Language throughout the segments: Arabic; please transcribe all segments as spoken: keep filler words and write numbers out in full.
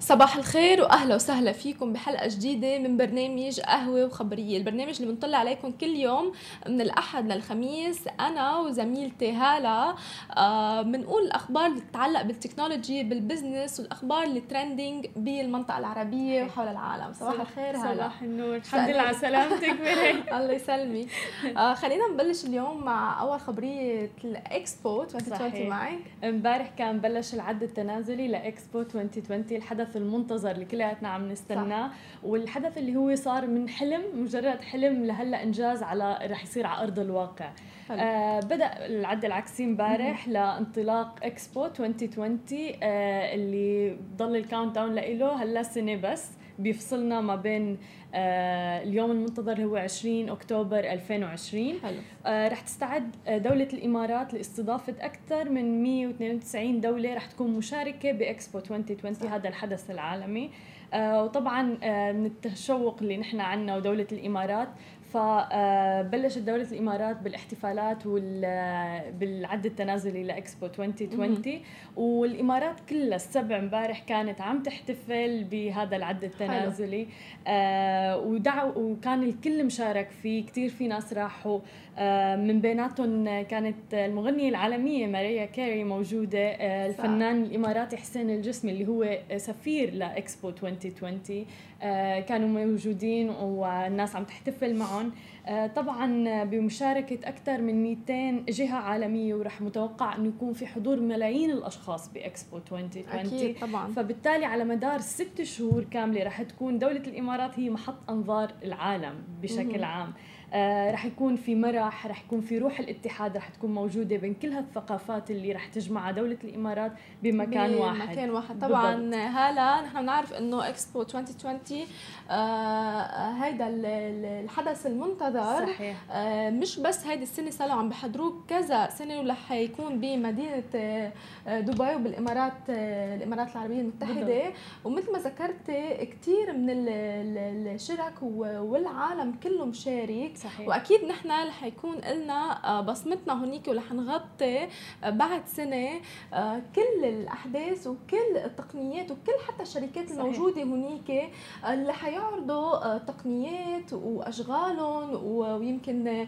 صباح الخير واهلا وسهلا فيكم بحلقه جديده من برنامج قهوه وخبريه، البرنامج اللي بنطلع عليكم كل يوم من الاحد للخميس. انا وزميلتي هاله بنقول آه الاخبار اللي تتعلق بالتكنولوجي بالبزنس والاخبار اللي ترندنج بالمنطقه العربيه وحول العالم. صباح الخير هاله. صباح النور، الحمد لله على سلامتك. الله يسلمك. آه خلينا نبلش اليوم مع اول خبريه الاكسبو ألفين وعشرين معك. امبارح كان بلش العد التنازلي لاكسبو ألفين وعشرين، الحدث المنتظر اللي كلياتنا عم نستناه، والحدث اللي هو صار من حلم، مجرد حلم لهلا انجاز على رح يصير على ارض الواقع. آه بدا العد العكسي امبارح لانطلاق اكسبو ألفين وعشرين، آه اللي ضل الكاونت داون له هلا سنه بس بيفصلنا ما بين آه اليوم المنتظر هو عشرين أكتوبر ألفين وعشرين. حلو. آه رح تستعد دولة الإمارات لاستضافة أكثر من مئة واثنين وتسعين دولة رح تكون مشاركة بإكسبو ألفين وعشرين، صح. هذا الحدث العالمي. آه وطبعا آه من التشوق اللي نحن عنا ودولة الإمارات، فبلشت دولة الإمارات بالاحتفالات بالعد التنازلي لإكسبو ألفين وعشرين، والإمارات كلها السبع امبارح كانت عم تحتفل بهذا العد التنازلي. آه ودعوا وكان الكل مشارك فيه، كتير في ناس راحوا، آه من بيناتهم كانت المغنية العالمية ماريا كاري موجودة، آه الفنان الإماراتي حسين الجسمي اللي هو سفير لإكسبو ألفين وعشرين، آه كانوا موجودين والناس عم تحتفل معهم. آه طبعا بمشاركة أكثر من مئتين جهة عالمية، ورح متوقع أنه يكون في حضور ملايين الأشخاص بإكسبو ألفين وعشرين. أكيد طبعا. فبالتالي على مدار ست شهور كاملة رح تكون دولة الإمارات هي محط أنظار العالم بشكل م- عام. آه رح يكون في مرح، رح يكون في روح الاتحاد، رح تكون موجودة بين كل هالثقافات اللي رح تجمع دولة الإمارات بمكان واحد. بمكان واحد طبعا. بالضبط. هلا نحن نعرف انه اكسبو ألفين وعشرين آه هيدا الحدث المنتظر. صحيح. آه مش بس هيدي السنة صاروا عم بحضروه كذا سنة، ورح يكون بمدينة آه دبي وبالإمارات، آه الإمارات العربية المتحدة. بالضبط. ومثل ما ذكرت كتير من الشرك والعالم كله مشارك. صحيح. واكيد نحن رح يكون لنا بصمتنا هنيك، ورح نغطي بعد سنه كل الاحداث وكل التقنيات وكل حتى الشركات. صحيح. الموجوده هنيك اللي حيعرضوا تقنيات واشغالهم ويمكن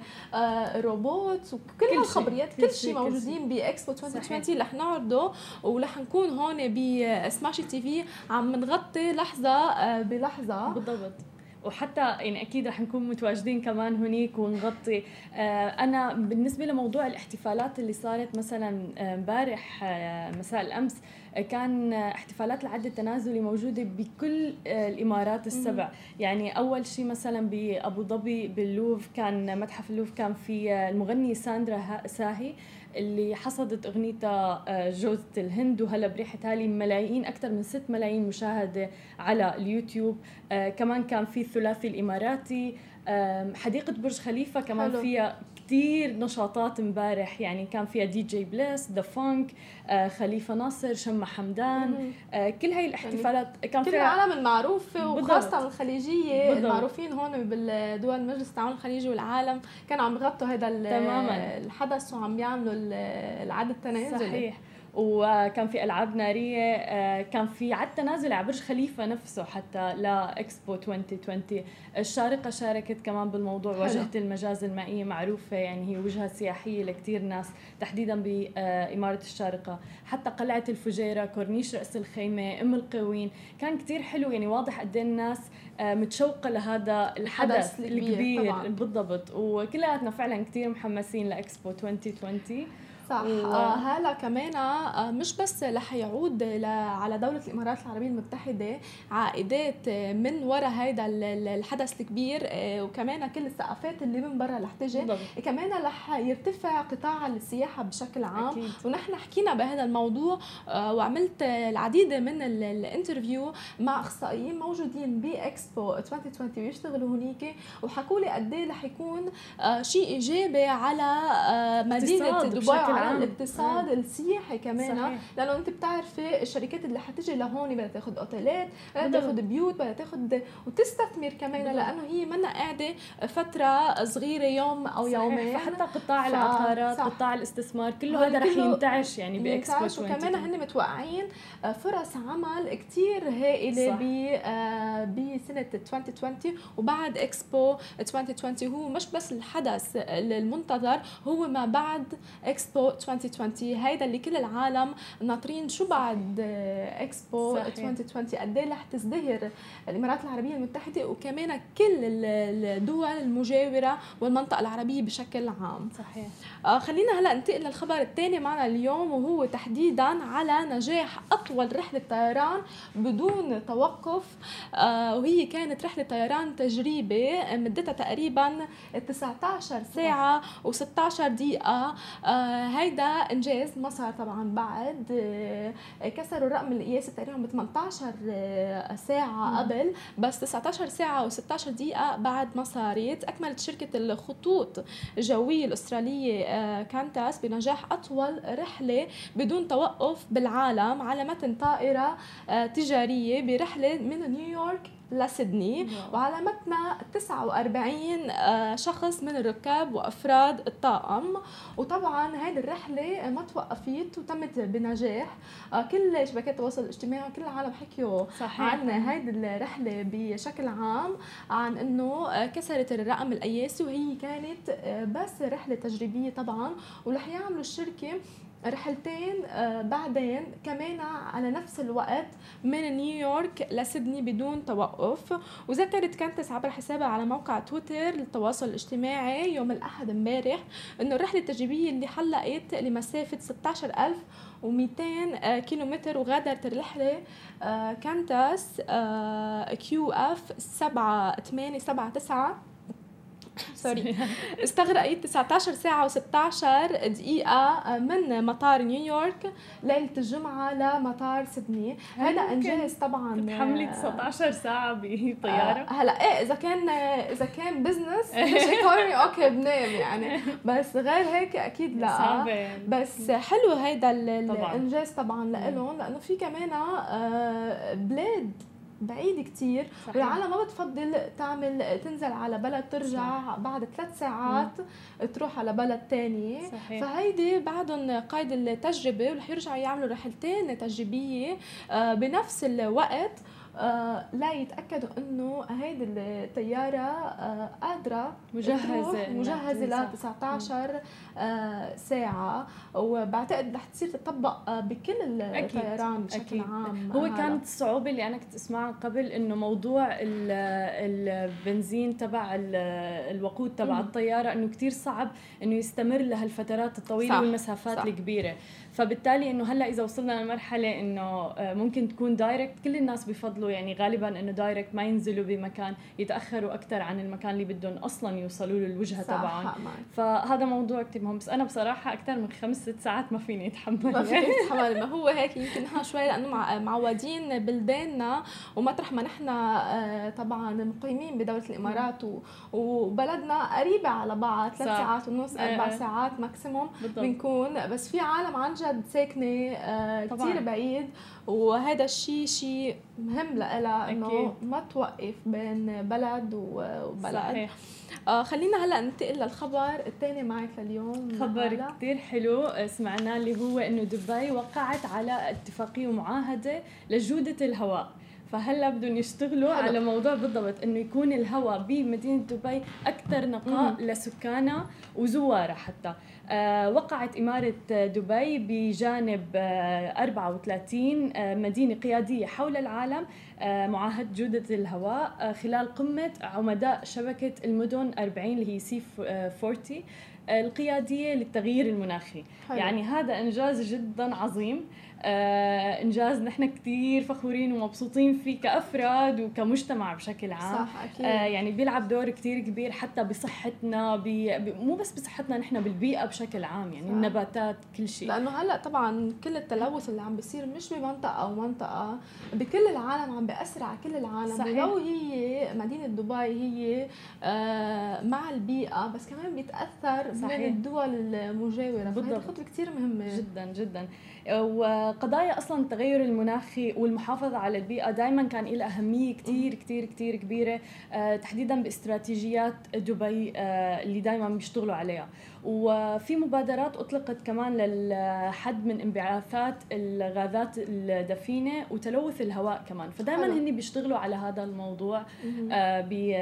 روبوت وكل هالخبريات، كل, كل شيء موجودين باكسبو ألفين وعشرين رح نعرضه، ورح نكون هون بسماشي تي في عم نغطي لحظه بلحظه. بالضبط. وحتى يعني أكيد رح نكون متواجدين كمان هنيك ونغطي. آه أنا بالنسبة لموضوع الاحتفالات اللي صارت مثلا امبارح آه مساء الأمس، آه كان احتفالات العد التنازلي موجودة بكل آه الإمارات السبع. يعني أول شيء مثلا بأبو ظبي باللوف، كان متحف اللوف، كان في المغنية ساندرا ساهي اللي حصدت اغنيتها جوزة الهند، وهلا بريحة هالي ملايين، اكثر من ستة ملايين مشاهده على اليوتيوب. آه كمان كان في الثلاثي الاماراتي، آه حديقه برج خليفه كمان حلو. فيها كتير نشاطات امبارح، يعني كان فيها دي جي بليس، ذا فانك، آه خليفه ناصر، شمة حمدان، آه كل هاي الاحتفالات كان كل العالم المعروفه وخاصه الخليجيه. بالضبط. المعروفين هون بالدول مجلس التعاون الخليجي والعالم كانوا عم يغطوا هذا الحدث وعم بيعملوا العد التنازلي. صحيح. وكان في ألعاب نارية، كان في عد تنازل على برج خليفة نفسه حتى لإكسبو ألفين وعشرين. الشارقة شاركت كمان بالموضوع. حلو. واجهة المجاز المائية معروفة، يعني هي وجهة سياحية لكتير ناس تحديدا بإمارة الشارقة. حتى قلعة الفجيرة، كورنيش رأس الخيمة، أم القوين، كان كتير حلو. يعني واضح قد ايه الناس متشوقة لهذا الحدث الكبير. طبعاً. بالضبط. وكلاتنا فعلا كتير محمسين لإكسبو ألفين وعشرين. صح. و... آه هلا كمان آه مش بس رح يعود ل... على دولة الإمارات العربية المتحدة عائدات من وراء هيدا الحدث الكبير، آه وكمان كل الثقافات اللي من برا رح تجي. كمان رح يرتفع قطاع السياحة بشكل عام. أكيد. ونحن حكينا بهذا الموضوع، آه وعملت العديد من الانترفيو مع أخصائيين موجودين بإكسبو ألفين وعشرين بيشتغلوا هنيك، وحكوا لي قد ايه رح يكون آه شيء إيجابي على آه مدينة دبي على الاقتصاد آه. السياحي كمان، لانه انت بتعرفي الشركات اللي حتيجي لهون بدها تاخذ اوتيلات، بدها تاخذ بيوت، بدها تاخذ وتستثمر كمان، لانه هي منا قاعده فتره صغيره يوم او صحيح. يومين. فحتى قطاع ف... العقارات، قطاع الاستثمار، كله هذا رح ينتعش يعني باكسبو عشرين وكمان هن متوقعين فرص عمل كتير هائله ب بسنه عشرين عشرين وبعد اكسبو عشرين عشرين. هو مش بس الحدث المنتظر، هو ما بعد اكسبو عشرين عشرين، هيدا اللي كل العالم ناطرين شو بعد اكسبو عشرين عشرين، قد ايه رح تزدهر الامارات العربيه المتحده وكمان كل الدول المجاوره والمنطقه العربيه بشكل عام. صحيح. آه خلينا هلا ننتقل للخبر الثاني معنا اليوم، وهو تحديدا على نجاح اطول رحله طيران بدون توقف، آه وهي كانت رحله طيران تجريبي مدتها تقريبا تسعة عشر ساعه و16 دقيقه. آه هيدا انجاز ما صار طبعا بعد، آه كسروا الرقم القياسي تقريبا ب ثمانية عشر ساعه قبل، بس تسعة عشر ساعه و16 دقيقه بعد ما صارت. اكملت شركه الخطوط الجويه الاستراليه كانتاس بنجاح أطول رحلة بدون توقف بالعالم على متن طائرة تجارية برحلة من نيويورك لسيدني، وعلى متنها تسعة وأربعين شخص من الركاب وأفراد الطاقم. وطبعا هذه الرحلة ما توقفت وتمت بنجاح. كل شبكات التواصل الاجتماعي وكل العالم حكيوا صحيح. عن هذه الرحلة بشكل عام، عن انه كسرت الرقم القياسي، وهي كانت بس رحلة تجريبية طبعا، ورح يعملوا الشركة رحلتين بعدين كمان على نفس الوقت من نيويورك لسيدني بدون توقف. وذكرت كانتس عبر حسابها على موقع تويتر للتواصل الاجتماعي يوم الأحد امبارح انه الرحلة التجريبية اللي حلقت لمسافة ستة عشر ألف ومئتين كيلومتر، وغادرت الرحلة كانتس كيو اف سبعة ثمانية سبعة تسعة سوري استغرقت تسعة عشر ساعة و16 دقيقة من مطار نيويورك ليلة الجمعة لمطار سيدني. هذا انجاز طبعا. حملت تسعة عشر ساعة بطيارة. آه هلا ايه اذا كان اذا كان بزنس مش ايكونومي اوكي بنام يعني، بس غير هيك اكيد لا. بس حلو هيدا الانجاز طبعا لإلهم، لانه في كمان آه بلاد بعيد كتير والعالم ما بتفضل تعمل تنزل على بلد ترجع صح. بعد ثلاث ساعات مم. تروح على بلد تاني صحيح. فهيدي بعدهم قيد التجربة ورح يرجعوا يعملوا رحلتين تجريبية بنفس الوقت، آه لا يتأكدوا انه هيدي الطيارة آه قادرة مجهزة مجهزة ل تسعة عشر آه ساعة، وبعتقد رح تصير تطبق آه بكل الطيران بشكل أكيد. عام. هو هلا. كانت الصعوبة اللي أنا كنت أسمعها قبل إنه موضوع البنزين تبع الوقود تبع الطيارة إنه كتير صعب إنه يستمر لهالفترات الطويلة صح. والمسافات صح. الكبيرة، فبالتالي إنه هلا إذا وصلنا لمرحلة إنه ممكن تكون دايركت، كل الناس بيفضلوا يعني غالبا إنه دايركت ما ينزلوا بمكان يتأخروا أكتر عن المكان اللي بدهم أصلاً يوصلوا له الوجهة تبعهم. فهذا موضوع كتير مهم، بس أنا بصراحة أكتر من خمس ست ساعات ما فيني أتحمل. ما فيني أتحمل، ما هو هيك يمكن نحن شوي لأنه معودين بلداننا ومطرح ما نحن طبعاً مقيمين بدولة الإمارات وبلدنا قريبة على بعض، ثلاث ساعات ونص أربع ساعات ماكسيموم بنكون، بس في عالم عن جد ساكنة كتير بعيد، وهذا الشيء شيء مهم لها انه ما توقف بين بلد وبلد. صحيح. آه خلينا هلا ننتقل للخبر الثاني معك لليوم. خبر كتير حلو سمعناه اللي هو انه دبي وقعت على اتفاقيه ومعاهده لجوده الهواء، فهلا بدهم يشتغلوا حلو. على موضوع بالضبط انه يكون الهواء بمدينه دبي اكثر نقاء مم. لسكانها وزوارها حتى. آه وقعت إمارة دبي بجانب آه أربعة وثلاثين آه مدينة قيادية حول العالم آه معاهدة جودة الهواء آه خلال قمة عمداء شبكة المدن أربعين اللي هي سي أربعين القيادية للتغيير المناخي. حلو. يعني هذا إنجاز جدا عظيم. آه انجاز نحن كثير فخورين ومبسوطين فيه كافراد وكمجتمع بشكل عام. صح اكيد. آه يعني بيلعب دور كثير كبير حتى بصحتنا، بي مو بس بصحتنا نحن، بالبيئه بشكل عام، يعني صح. النباتات كل شيء، لانه هلا طبعا كل التلوث اللي عم بيصير مش بمنطقه او منطقه، بكل العالم عم بيأثر على كل العالم. صحيح. ولو هي مدينه دبي هي آه مع البيئه بس كمان بيتاثر صحيح. من الدول المجاوره، فهي خطوه كثير مهمه جدا جدا. وقضايا اصلا التغير المناخي والمحافظه على البيئه دائما كان لها اهميه كثير كثير كثير كبيره، آه تحديدا باستراتيجيات دبي آه اللي دائما بيشتغلوا عليها. وفي مبادرات اطلقت كمان للحد من انبعاثات الغازات الدفينه وتلوث الهواء كمان، فدائما هن بيشتغلوا على هذا الموضوع آه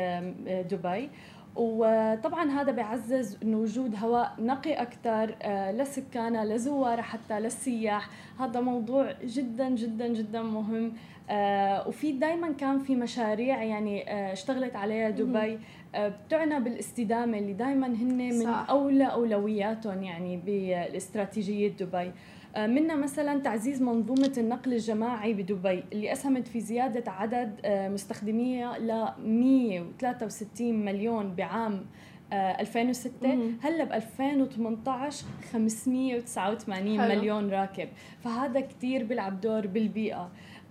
بدبي. وطبعا هذا بيعزز انه وجود هواء نقي اكثر لسكانها لزوارها حتى للسياح. هذا موضوع جدا جدا جدا مهم. وفي دائما كان في مشاريع يعني اشتغلت عليها دبي بتعنى بالاستدامه اللي دائما هن من صح. اولى اولوياتهم يعني بالاستراتيجيه دبي. منها مثلا تعزيز منظومة النقل الجماعي بدبي اللي أسهمت في زيادة عدد مستخدميها ل مية وثلاثة وستين مليون بعام ألفين وستة. هلا ب ألفين وثمانية عشر خمسمية وتسعة وثمانين حلو. مليون راكب، فهذا كتير بيلعب دور بالبيئة.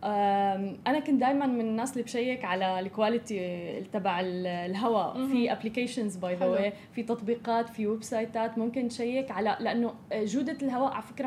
انا كنت دائما من الناس اللي بشيك على الكواليتي تبع الهواء في ابلكيشنز باي ذا واي، في تطبيقات، في ويب سايتات ممكن تشيك على، لانه جوده الهواء على فكره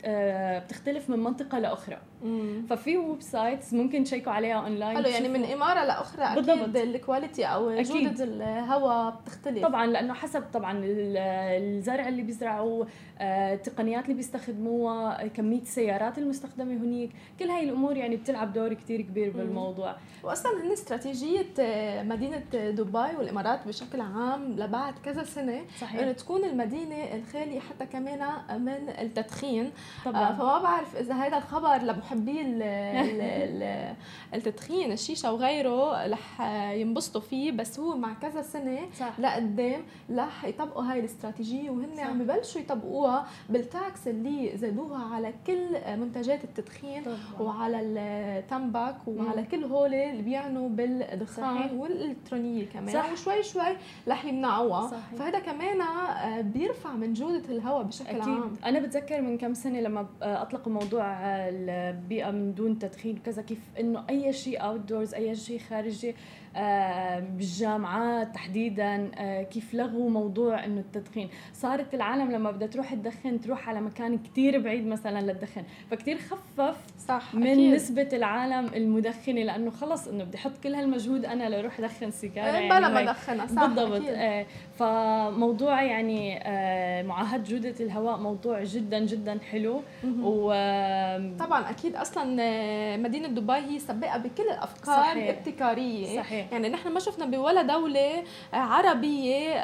بتختلف من منطقه لاخرى. مم. ففي ويب سايتس ممكن تشيكوا عليها اونلاين حلو، يعني من اماره لاخرى اكيد الكواليتي او أكيد. جوده الهواء بتختلف طبعا، لانه حسب طبعا الزرع اللي بيزرعوه، التقنيات اللي بيستخدموها، كميه السيارات المستخدمه هنيك، كل هاي الامور يعني بتلعب دور كتير كبير بالموضوع. واصلا هن استراتيجيه مدينه دبي والامارات بشكل عام لبعد كذا سنه صحيح. انه تكون المدينه الخاليه حتى كمان من التدخين طبعا. آه فما بعرف اذا هذا الخبر لمحبي التدخين الشيشه وغيره رح ينبسطوا فيه، بس هو مع كذا سنه صح. لقدام رح يطبقوا هاي الاستراتيجيه، وهن عم ببلشوا يطبقوها بالتاكس اللي زادوها على كل منتجات التدخين طبعا. وعلى التمباك وعلى مم. كل هول اللي بيعنوا بالدخان والالكترونيه كمان صح. وشوي شوي رح يمنعوها، فهذا كمان بيرفع من جوده الهواء بشكل أكيد. عام. انا بتذكر من كم سنه لما اطلقوا موضوع البيئه من دون تدخين وكذا، كيف انه اي شيء اوت دورز، اي شيء خارجي بالجامعات تحديدا، كيف لغوا موضوع انه التدخين. صارت العالم لما بدها تروح تدخن تروح على مكان كتير بعيد مثلا للدخن، فكتير خفف صح من أكيد. نسبه العالم المدخنه، لانه خلص انه بدي احط كل هالمجهود انا لروح ادخن سيجاره يعني بلا ما ادخنها صح بالضبط. آه فموضوع يعني آه معاهده جوده الهواء موضوع جدا جدا حلو. وطبعا اكيد اصلا مدينه دبي هي سباقه بكل الافكار صحيح. الابتكاريه صحيح. يعني نحن ما شفنا بولا دوله عربيه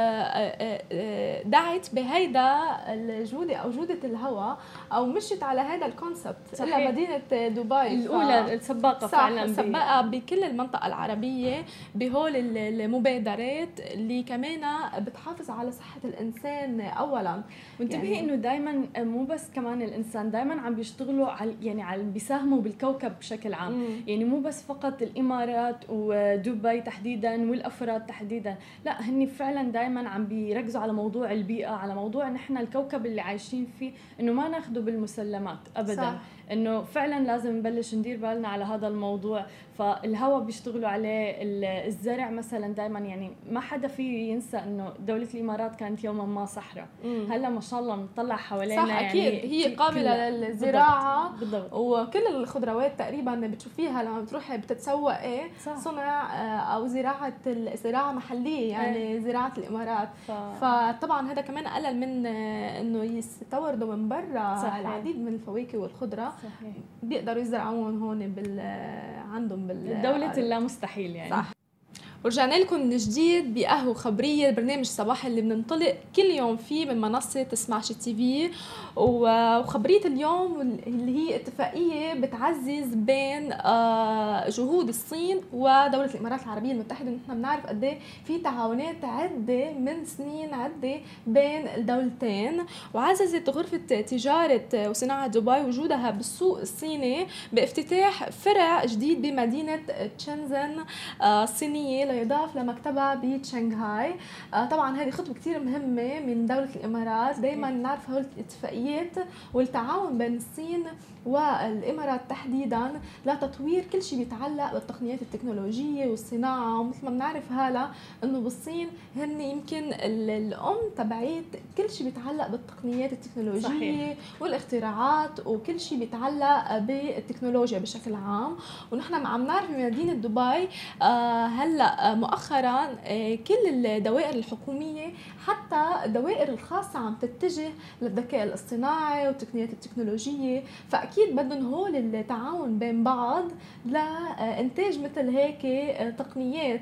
دعت بهيدا الجوده او جوده الهواء او مشت على هذا الكونسبت الا مدينه دبي الاولى ف... السباقه فعلا سباقه بكل المنطقه العربيه بهول المبادرات اللي كمان بتحافظ على صحه الانسان اولا. وانتبهي يعني انه دائما مو بس كمان الانسان، دائما عم بيشتغلوا على يعني على بيساهموا بالكوكب بشكل عام. مم. يعني مو بس فقط الامارات ودبي تحديدا والافراد تحديدا، لا هن فعلا دائما عم بيركزوا على موضوع البيئه، على موضوع نحن الكوكب اللي عايشين فيه انه ما ناخده بالمسلمات ابدا صح. انه فعلا لازم نبلش ندير بالنا على هذا الموضوع. فالهواء بيشتغلوا عليه، الزرع مثلا دائما يعني ما حدا فيه ينسى انه دوله الامارات كانت يوما ما صحراء، هلا ما شاء الله بنطلع حوالينا صح اكيد يعني هي قابله للزراعه بالضبط. وكل الخضروات تقريبا بتشوفيها لما بتروحي بتتسوق ايه صح. صنع او زراعه زراعه محليه يعني ايه. زراعه الامارات ف... فطبعا هذا كمان قلل من انه يستوردوا من برا العديد من الفواكه والخضره صحيح. بيقدروا يزرعوهم هون بال عندهم بال دولة اللا مستحيل يعني صح. ورجعنا لكم من جديد بقهوة خبرية، البرنامج الصباحي اللي بننطلق كل يوم فيه من منصة سماشي تي في. وخبرية اليوم اللي هي اتفاقية بتعزز بين جهود الصين ودولة الإمارات العربية المتحدة. نحن بنعرف قد ايه في تعاونات عدة من سنين عدة بين الدولتين، وعززت غرفة تجارة وصناعة دبي وجودها بالسوق الصيني بافتتاح فرع جديد بمدينة تشنزن الصينية ليضاف لمكتبها بشنغهاي. طبعا هذه خطوة كتير مهمة من دولة الإمارات. دايما نعرف هول الاتفاقيات والتعاون بين الصين والإمارات تحديدا لتطوير كل شيء بيتعلق بالتقنيات التكنولوجية والصناعة. ومثل ما بنعرف هلا انه بالصين هن يمكن الام تبعيت كل شيء بيتعلق بالتقنيات التكنولوجية صحيح. والاختراعات وكل شيء بيتعلق بالتكنولوجيا بشكل عام. ونحن عم نعرف بمدينة دبي آه هلا مؤخرا آه كل الدوائر الحكومية حتى الدوائر الخاصة عم تتجه للذكاء الاصطناعي والتقنيات التكنولوجية. فأكيد بدهم هول التعاون بين بعض لإنتاج مثل هيك تقنيات.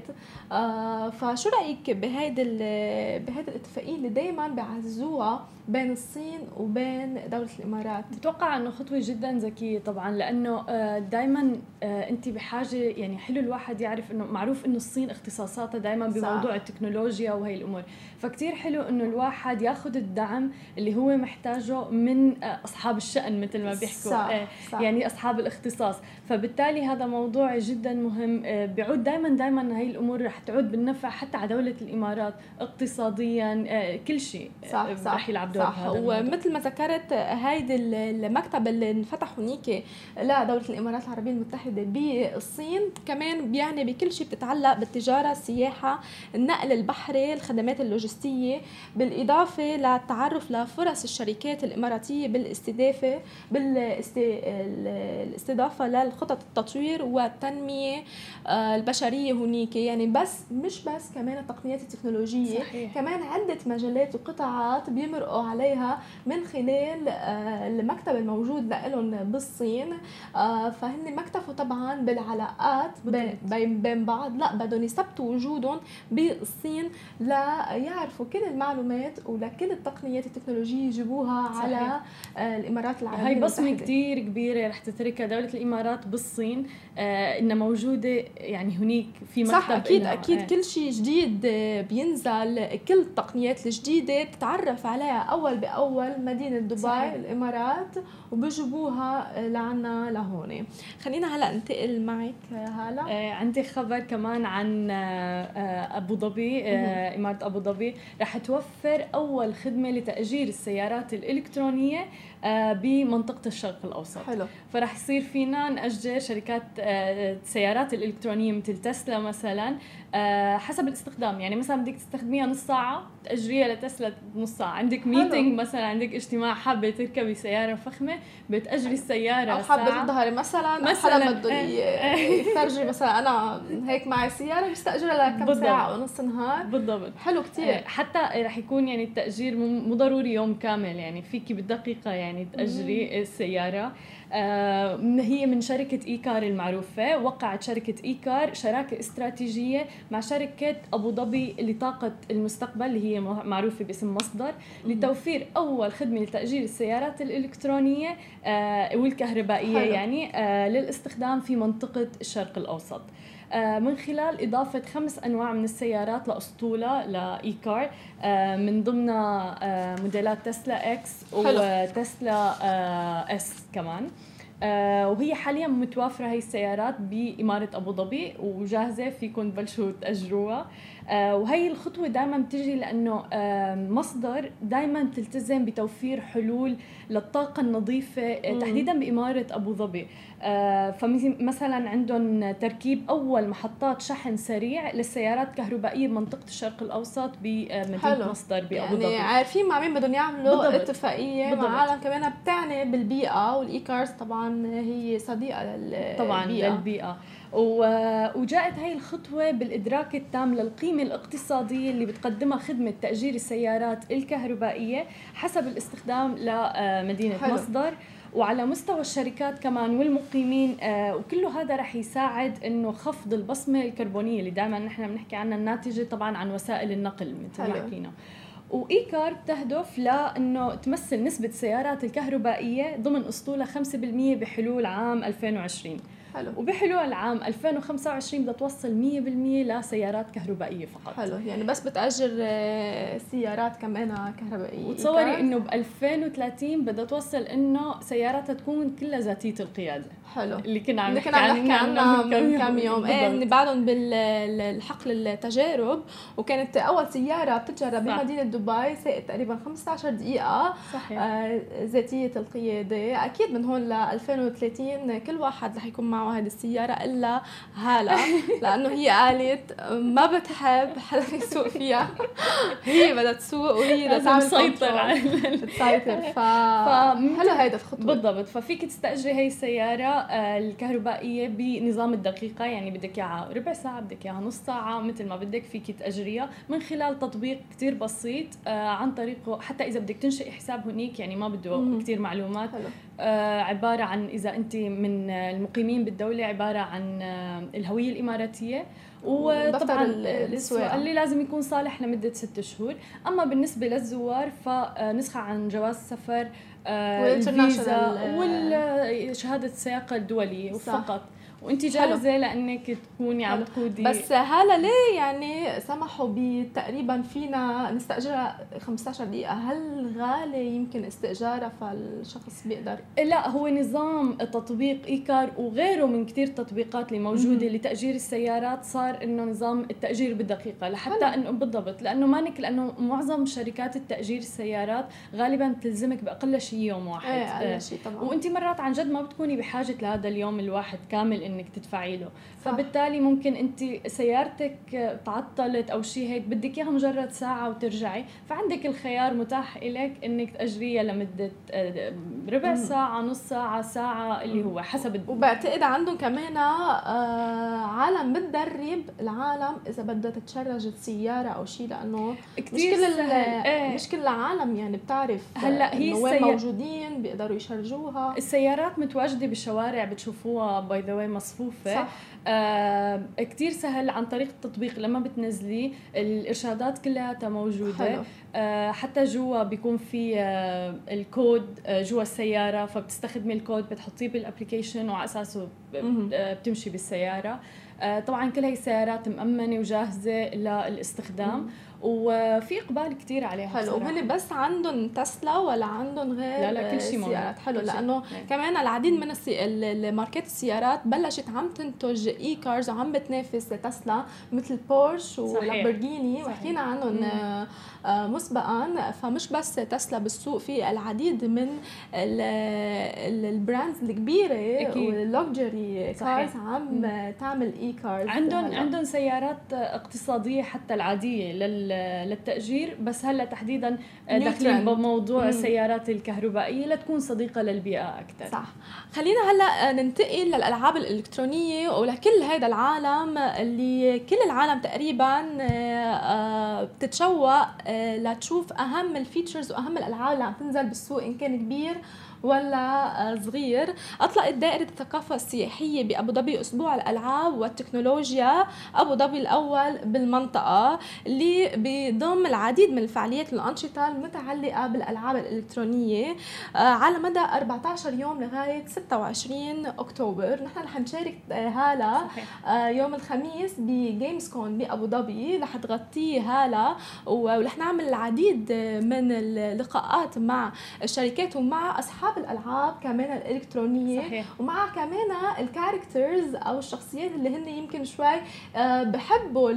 فشو رأيك بهيدا بهيدا الاتفاقية اللي دايما بيعززوها بين الصين وبين دولة الإمارات؟ بتوقع أنه خطوة جدا ذكية طبعا، لأنه دايما أنت بحاجة، يعني حلو الواحد يعرف أنه معروف أنه الصين اختصاصاتها دايما بموضوع التكنولوجيا وهي الأمور. فكتير حلو أنه الواحد ياخد الدعم اللي هو محتاجه من أصحاب الشأن مثل ما بيحكوا صح. صح. يعني أصحاب الاختصاص. فبالتالي هذا موضوع جدا مهم، بيعود دايما دايما هاي الأمور رح تعود بالنفع حتى على دولة الإمارات اقتصاديا، كل شيء رح يلعب دور. صح. ومثل ما ذكرت هيدي المكتب اللي انفتح هنيك لدولة الإمارات العربية المتحدة بالصين كمان بيعني بكل شيء بتتعلق بالتجارة، السياحة، النقل البحري، الخدمات اللوجستية، بالإضافة للتعرف لفرص الشركات الإماراتية بالاستضافة بالاستضافة للخطط التطوير والتنمية البشرية هنيك. يعني بس مش بس كمان التقنيات التكنولوجية صحيح. كمان عدة مجالات وقطاعات بيمرقوا عليها من خلال المكتب الموجود لهم بالصين. فهن مكتفوا طبعا بالعلاقات بين بين بعض، لا بدهم يثبتوا وجودهم بالصين ليعرفوا كل المعلومات ولكل التقنيات التكنولوجية يجيبوها صحيح. على الإمارات العربية. هاي بصمة كتير كبيرة رح تتركها دولة الإمارات بالصين، آه إنها موجودة يعني هنيك في مكتب. صح أكيد أكيد آه. كل شيء جديد بينزل، كل التقنيات الجديدة بتتعرف عليها أول بأول مدينة دبي صحيح. الإمارات وبيجيبوها لعنا لهون. خلينا هلأ ننتقل معك هلا. آه عندي خبر كمان عن آه أبو ظبي. آه إمارة أبو ظبي رح توفر أول خدمة لتأجير السيارات الإلكترونية آه بمنطقة الشرق الأوسط. حلو. فرح يصير فينا نأجر شركات آه السيارات الإلكترونية مثل تسلا مثلا آه حسب الاستخدام. يعني مثلا بدك تستخدميها نص ساعة تأجريها لتسلا نص ساعة. عندك ميتينج مثلا، عندك اجتماع، حابة تركبي سيارة فخمة بتأجري السيارة أو حابة تظهري مثلا مثلا حدا بده يفرجي مثلا أنا هيك معي سيارة بستأجرها لكم ساعة أو نص نهار. بالضبط. حلو كتير. حتى رح يكون يعني التأجير مو ضروري يوم كامل، يعني فيكي بالدقيقة يعني تأجري مم. السيارة. آه هي من شركة إيكار المعروفة. وقعت شركة إيكار شراكة استراتيجية مع شركة أبو ظبي لطاقة المستقبل اللي هي معروفة باسم مصدر لتوفير أول خدمة لتأجير السيارات الإلكترونية آه والكهربائية حلو. يعني آه للاستخدام في منطقة الشرق الأوسط من خلال إضافة خمس أنواع من السيارات لأسطولة لإيكار من ضمن موديلات تسلا إكس وتسلا إس كمان. وهي حاليا متوافرة هاي السيارات بإمارة أبو ظبي وجاهزة فيكم تبلشوا تأجروها. وهي الخطوة دائما بتجي لأنه مصدر دائما تلتزم بتوفير حلول للطاقة النظيفة تحديدا بإمارة أبو ظبي. فمثلا عندهم تركيب أول محطات شحن سريع للسيارات الكهربائية بمنطقة الشرق الأوسط بمدينة مصدر بأبو ظبي. يعني عارفين مع مين بدهم يعملوا بالضبط. اتفاقية بالضبط. مع عالم كمان بتعني بالبيئة، والإيكارز طبعا هي صديقة للبيئة طبعا للبيئة. وجاءت هاي الخطوة بالإدراك التام للقيمة الاقتصادية اللي بتقدمها خدمة تأجير السيارات الكهربائية حسب الاستخدام لمدينة حلو. مصدر. وعلى مستوى الشركات كمان والمقيمين، آه وكله هذا رح يساعد انه خفض البصمه الكربونيه اللي دائما نحن بنحكي عنها، الناتجه طبعا عن وسائل النقل مثل ما حكينا. وإيكار بتهدف لأنه تمثل نسبة السيارات الكهربائية ضمن أسطولها خمسة بالمية بحلول عام ألفين وعشرين. حلو. وبحلول عام ألفين وخمسة وعشرين بدها توصل مية بالمية لسيارات كهربائية فقط. حلو، يعني بس بتأجر سيارات كمان كهربائية. وتصوري إنه ب ألفين وثلاثين بدها توصل إنه سياراتها تكون كلها ذاتية القيادة. حلو، اللي كنا عم نحكي عنها من كم يوم. ايه من بعدهم بالحقل التجارب، وكانت اول سياره بتتجرب بمدينه دبي، ساقت تقريبا خمسة عشر دقيقه. صحيح. آه ذاتيه القياده. اكيد من هون ل ألفين وثلاثين كل واحد رح يكون معه هذه السياره الا هاله، لانه هي قالت ما بتحب حدا يسوق فيها، هي بدها تسوق وهي بدها تعمل تسيطر على تسيطر. ف حلو هيدا الخطوه. بالضبط. ففيك تستاجري هي السياره الكهربائيه بنظام الدقيقه، يعني بدك اياها ربع ساعه، بدك اياها نص ساعه، مثل ما بدك فيك تاجريها من خلال تطبيق كتير بسيط. عن طريقه حتى اذا بدك تنشئي حساب هنيك، يعني ما بده كتير معلومات. آه عباره عن اذا انت من المقيمين بالدوله، عباره عن الهويه الاماراتيه، وطبعا السواقه اللي لازم يكون صالح لمده ست شهور. اما بالنسبه للزوار فنسخه عن جواز سفر، آه الفيزا والشهاده السياقه الدوليه وفقط، وانت جاهزه لانك تكوني عم تقودي. بس هلا ليه يعني سمحوا بتقريبا فينا نستاجرها خمسة عشر دقيقه؟ هل غالي يمكن استئجارها فالشخص بيقدر؟ لا، هو نظام تطبيق إيكار وغيره من كتير تطبيقات اللي موجوده مم. لتاجير السيارات، صار انه نظام التاجير بالدقيقه لحتى انه بالضبط، لانه مانك لانه معظم شركات التاجير السيارات غالبا بتلزمك باقل شيء يوم واحد. ايه اقل شيء طبعا. وانت مرات عن جد ما بتكوني بحاجه لهذا اليوم الواحد كامل انك تدفعي له، فبالتالي ممكن انت سيارتك تعطلت او شيء هيك بدك اياها مجرد ساعه وترجعي، فعندك الخيار متاح لك انك تاجريها لمده ربع ساعه، نص ساعه، ساعه، اللي هو حسب الدنيا. وبعتقد عندهم كمان عالم بتدرب العالم اذا بدها تتشرج السياره او شيء، لانه مش كل ايه. مش كل العالم يعني بتعرف هلا هي وين موجودين بيقدروا يشرجوها. السيارات متواجده بالشوارع، بتشوفوها باي ذا واي مصفوفه. صح. آه كتير سهل عن طريق التطبيق، لما بتنزلي الإرشادات كلها موجودة. حلو. آه حتى جوا بيكون في آه الكود آه جوا السيارة، فبتستخدمي الكود بتحطيه بالابليكيشن وعلى أساسه آه بتمشي بالسيارة. آه طبعا كل هاي السيارات مأمنة وجاهزة للاستخدام. مم. وفي اقبال كتير عليها. حلو. وهن بس عندهم تسلا ولا عندهم غير؟ لا لا كل شيء سيارات. حلو، لانه كمان العديد من السي... الماركات السيارات بلشت عم تنتج اي كارز وعم بتنافس تسلا، مثل بورش ولامبورغيني، وحكينا عنهم مسبقا. فمش بس تسلا بالسوق، في العديد من البراندز الكبيره واللوكجري كارز عم تعمل اي كارز. عندهم عندهم سيارات اقتصاديه حتى العاديه للتأجير، بس هلا تحديدا داخلين بموضوع السيارات الكهربائية لتكون صديقة للبيئة أكثر. صح. خلينا هلا ننتقل للألعاب الإلكترونية ولكل هذا العالم اللي كل العالم تقريبا بتتشوق لتشوف أهم الفيتشرز وأهم الألعاب اللي عم تنزل بالسوق، إن كان كبير ولا صغير. أطلقت دائرة الثقافة السياحية بأبو ظبي أسبوع الألعاب والتكنولوجيا أبو ظبي الأول بالمنطقة، اللي بيضم العديد من الفعاليات والأنشطة المتعلقة بالألعاب الإلكترونية على مدى أربعة عشر يوم لغاية ستة وعشرين أكتوبر. نحن رح نشارك هالة يوم الخميس بجيمز كون بأبو ظبي، رح تغطيه هالة، ورح نعمل العديد من اللقاءات مع الشركات ومع أصحاب الألعاب كمان الإلكترونية. صحيح. ومع كمان الكاركترز أو الشخصيات اللي هن يمكن شوي بحبوا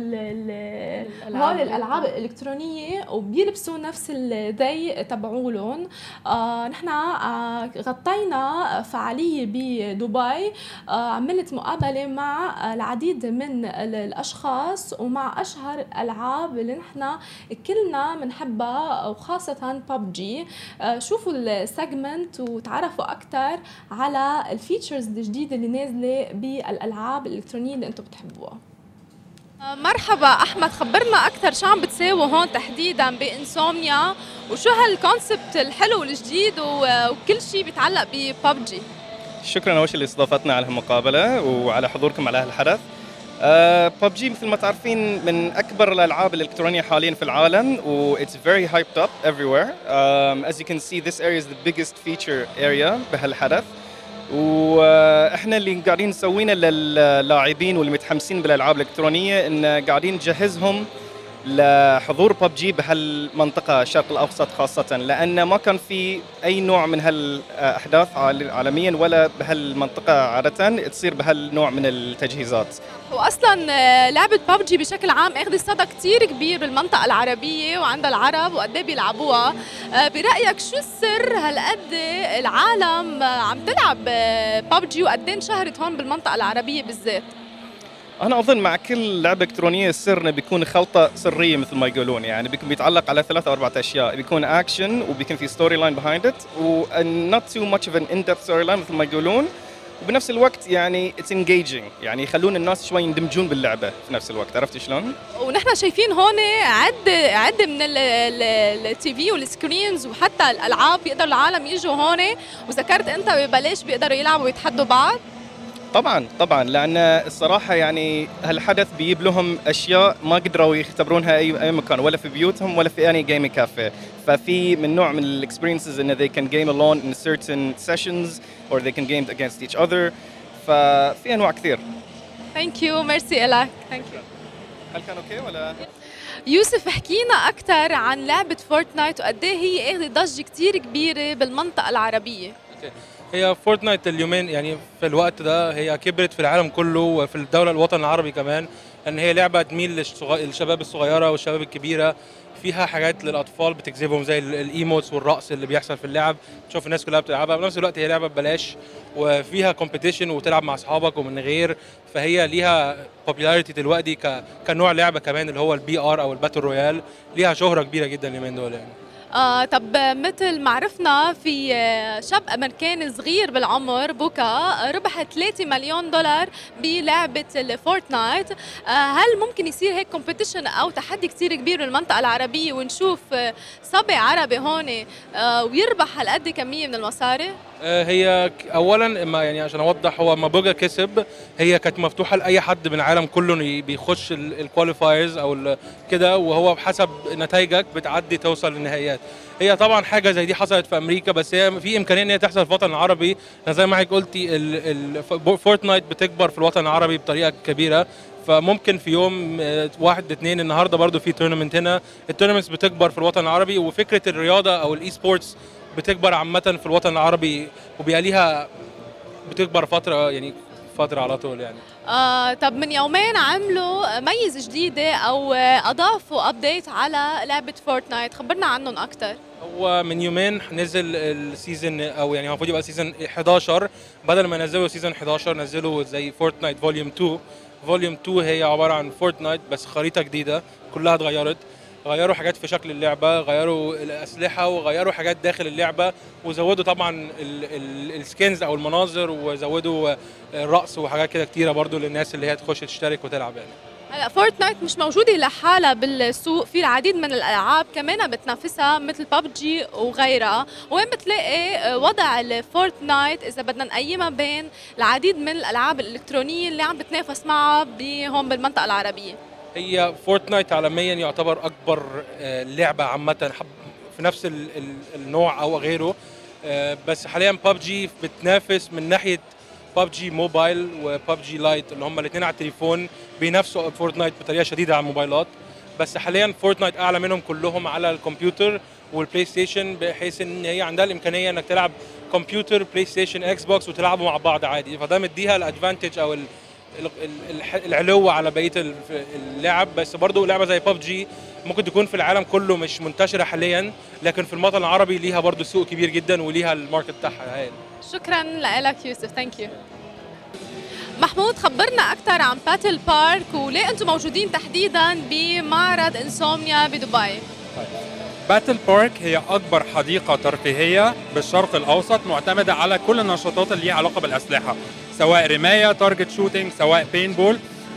هول الألعاب الإلكترونية وبيلبسوا نفس الزي تبعولهم. آه نحن آه غطينا فعالية بدبي، آه عملت مقابلة مع العديد من الأشخاص ومع أشهر الألعاب اللي نحن كلنا بنحبها، وخاصة ببجي. آه شوفوا السيجمنت وتعرفوا أكتر على الفيتشرز الجديدة اللي نازلة بالألعاب الإلكترونية اللي أنتم بتحبوها. مرحبا أحمد، خبرنا أكثر شو عم بتساووا هون تحديداً بإنسومنيا، وشو هالكونسبت الحلو الجديد وكل شيء بيتعلق بببجي. شكراً أول شيء لاستضافتنا على هالمقابلة وعلى حضوركم على هالحدث. ببجي مثل ما تعرفين من أكبر الألعاب الإلكترونية حالياً في العالم و it's very hyped up everywhere. Um, as you can see this area is the biggest feature area بهالحدث. واحنا اللي قاعدين نسوينه للاعبين والمتحمسين بالالعاب الالكترونيه ان قاعدين نجهزهم لحضور ببجي بهالمنطقه الشرق الاوسط خاصه، لان ما كان في اي نوع من هالاحداث عالميا ولا بهالمنطقه عاده تصير بهالنوع من التجهيزات. واصلا لعبه ببجي بشكل عام اخذت صدى كثير كبير بالمنطقه العربيه وعند العرب وقد ايه بيلعبوها. برايك شو السر هالقد العالم عم تلعب ببجي وقد ايه انشهرت هون بالمنطقه العربيه بالذات؟ أنا أظن مع كل لعبة إلكترونية السر إنه بيكون خلطة سرية مثل ما يقولون، يعني بيكون بيتعلق على ثلاث أو أربعة أشياء، بيكون أكشن وبيكون في ستوري لاين behind it و not too much of an in-depth story line مثل ما يقولون، وبنفس الوقت يعني it's engaging، يعني يخلون الناس شوي يندمجون باللعبة في نفس الوقت. عرفت شلون؟ ونحن شايفين هون عدة عدة من التي في والسكرينز وحتى الألعاب بيقدروا العالم يجوا هون، وذكرت أنت ببلاش بيقدروا يلعبوا ويتحدوا بعض. طبعا طبعا لان الصراحه يعني هالحدث بيجيب لهم اشياء ما قدروا يختبرونها اي اي مكان، ولا في بيوتهم ولا في اني جيمنج كافيه. ففي من نوع من الاكسبيرينسز ان they can game alone in certain sessions or they can game against each other. ففي انواع كثير. ثانك يو، ميرسي لك. ثانك يو. هل كان اوكي ولا؟ يوسف احكينا اكثر عن لعبه فورتنايت وقد ايه هي اخذت ضجه كثير كبيره بالمنطقه العربيه. هي فورتنايت اليومين يعني في الوقت ده هي كبرت في العالم كله وفي الدولة الوطن العربي كمان، ان هي لعبة تميل للشباب الصغيرة والشباب الكبيرة، فيها حاجات للاطفال بتجذبهم زي الايموتس والرقص اللي بيحصل في اللعب، تشوف الناس كلها بتلعبها. بنفس الوقت هي لعبة ببلاش وفيها كومبيتيشن وتلعب مع اصحابك ومن غير، فهي ليها بوبيلاريتي دلوقتي كنوع لعبة كمان اللي هو البي ار او الباتل رويال، ليها شهرة كبيرة جدا اليومين دول يعني. آه طب مثل ما عرفنا في شاب امريكاني صغير بالعمر بوكا ربح ثلاثة مليون دولار بلعبه الفورتنايت. آه هل ممكن يصير هيك كومبيتيشن او تحدي كثير كبير بالمنطقه العربيه ونشوف صبي عربي هون آه ويربح هالقد كميه من المصاري؟ آه هي اولا ما يعني عشان اوضح، هو ما بوجا كسب هي كانت مفتوحه لاي حد من العالم كله بيخش الكواليفايرز او كده، وهو بحسب نتائجك بتعدي توصل للنهائيات. هي طبعا حاجه زي دي حصلت في امريكا، بس هي في امكانيه ان هي تحصل في الوطن العربي. زي ما حضرتك قلتي الفورتنايت بتكبر في الوطن العربي بطريقه كبيره، فممكن في يوم واحد اثنين النهارده برضو في تورنمنت هنا، التورنمنتس بتكبر في الوطن العربي، وفكره الرياضه او الاي سبورتس بتكبر عامه في الوطن العربي وبيبقى ليها بتكبر فتره يعني فتره على طول يعني. آه طب من يومين عملوا ميزه جديده او اضافوا ابديت على لعبه فورتنايت، خبرنا عنهم اكثر. هو من يومين نزل السيزون او يعني المفروض يبقى سيزون حداشر، بدل ما ينزلوا سيزون حداشر نزلوا زي فورتنايت فوليوم اتنين. فوليوم اتنين هي عباره عن فورتنايت بس خريطه جديده كلها اتغيرت، غيروا حاجات في شكل اللعبه، غيروا الاسلحه وغيروا حاجات داخل اللعبه، وزودوا طبعا السكنز او المناظر، وزودوا الرقص وحاجات كده كتيره برضو للناس اللي هي تخش تشترك وتلعب يعني. هلا فورتنايت مش موجوده لحالها بالسوق، في العديد من الالعاب كمان بتنافسها مثل ببجي وغيرها. وين بتلاقي وضع الفورتنايت اذا بدنا نقيمها بين العديد من الالعاب الالكترونيه اللي عم بتنافس معها هون بالمنطقه العربيه؟ هي فورتنايت عالميا يعتبر اكبر لعبه عامه في نفس النوع او غيره، بس حاليا ببجي بتنافس من ناحيه ببجي موبايل وببجي لايت اللي هم الاثنين على التليفون بينافسوا فورتنايت بطريقه شديده على الموبايلات، بس حاليا فورتنايت اعلى منهم كلهم على الكمبيوتر والبلاي ستيشن، بحيث ان هي عندها الامكانيه انك تلعب كمبيوتر بلاي ستيشن اكس بوكس وتلعبوا مع بعض عادي، فده مديها الادفانتج او العلو على بقيه اللعب. بس برضو لعبه زي ببجي ممكن تكون في العالم كله مش منتشره حاليا، لكن في الوطن العربي ليها برضو سوق كبير جدا وليها الماركت بتاعها هايل. شكرا لك يوسف. ثانك يو. محمود خبرنا اكثر عن باتل بارك وليه انتم موجودين تحديدا بمعرض انسومنيا بدبي. باتل بارك هي اكبر حديقه ترفيهيه بالشرق الاوسط معتمده على كل النشاطات اللي ليها علاقه بالاسلحه، سواء رمايه، تارجت شوتينج، سواء بين بول.